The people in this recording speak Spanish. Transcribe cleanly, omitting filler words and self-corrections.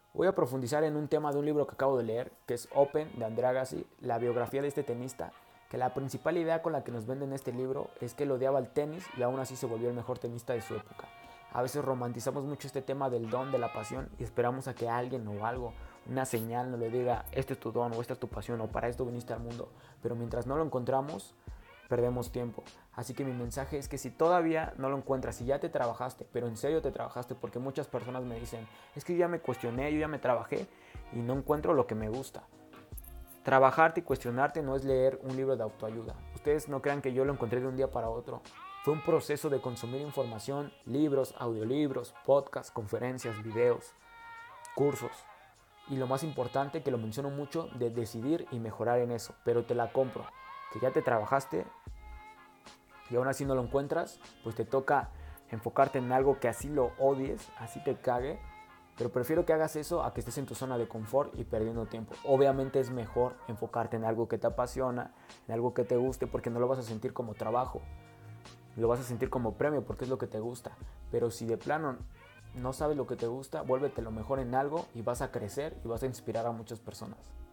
Voy a profundizar en un tema de un libro que acabo de leer, que es Open, de Andre Agassi, la biografía de este tenista, que la principal idea con la que nos venden este libro es que él odiaba el tenis y aún así se volvió el mejor tenista de su época. A veces romantizamos mucho este tema del don, de la pasión, y esperamos a que alguien o algo, una señal nos lo diga, este es tu don o esta es tu pasión o para esto viniste al mundo. Pero mientras no lo encontramos, perdemos tiempo. Así que mi mensaje es que si todavía no lo encuentras, si ya te trabajaste, pero en serio te trabajaste, porque muchas personas me dicen, es que yo ya me cuestioné, yo ya me trabajé y no encuentro lo que me gusta. Trabajarte y cuestionarte no es leer un libro de autoayuda. Ustedes no crean que yo lo encontré de un día para otro. Fue un proceso de consumir información, libros, audiolibros, podcasts, conferencias, videos, cursos. Y lo más importante, que lo menciono mucho, de decidir y mejorar en eso. Pero te la compro. Que ya te trabajaste, y aún así no lo encuentras, pues te toca enfocarte en algo que así lo odies, así te cague, pero prefiero que hagas eso a que estés en tu zona de confort y perdiendo tiempo. Obviamente es mejor enfocarte en algo que te apasiona, en algo que te guste, porque no lo vas a sentir como trabajo, lo vas a sentir como premio porque es lo que te gusta. Pero si de plano no sabes lo que te gusta, vuélvete lo mejor en algo y vas a crecer y vas a inspirar a muchas personas.